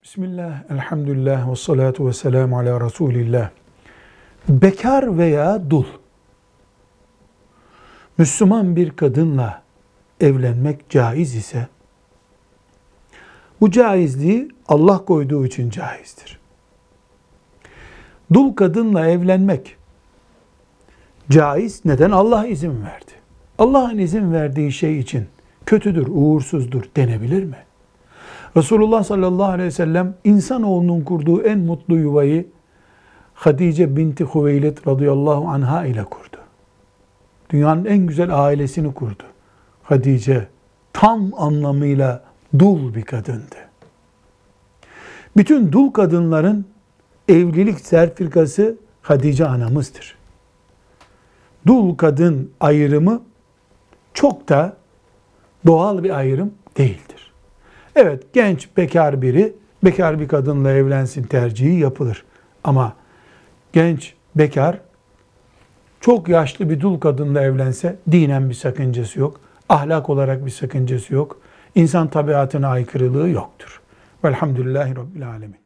Bismillah, elhamdülillah, ve salatu ve selamu ala Resulillah. Bekar veya dul, Müslüman bir kadınla evlenmek caiz ise, bu caizliği Allah koyduğu için caizdir. Dul kadınla evlenmek caiz, neden? Allah izin verdi. Allah'ın izin verdiği şey için kötüdür, uğursuzdur denebilir mi? Resulullah sallallahu aleyhi ve sellem insanoğlunun kurduğu en mutlu yuvayı Hatice binti Hüveylid radıyallahu anha ile kurdu. Dünyanın en güzel ailesini kurdu. Hatice tam anlamıyla dul bir kadındı. Bütün dul kadınların evlilik sertifikası Hatice anamızdır. Dul kadın ayrımı çok da doğal bir ayrım değildir. Evet, genç bekar biri bekar bir kadınla evlensin tercihi yapılır. Ama genç bekar çok yaşlı bir dul kadınla evlense dinen bir sakıncası yok. Ahlak olarak bir sakıncası yok. İnsan tabiatına aykırılığı yoktur. Velhamdülillahi Rabbil Alemin.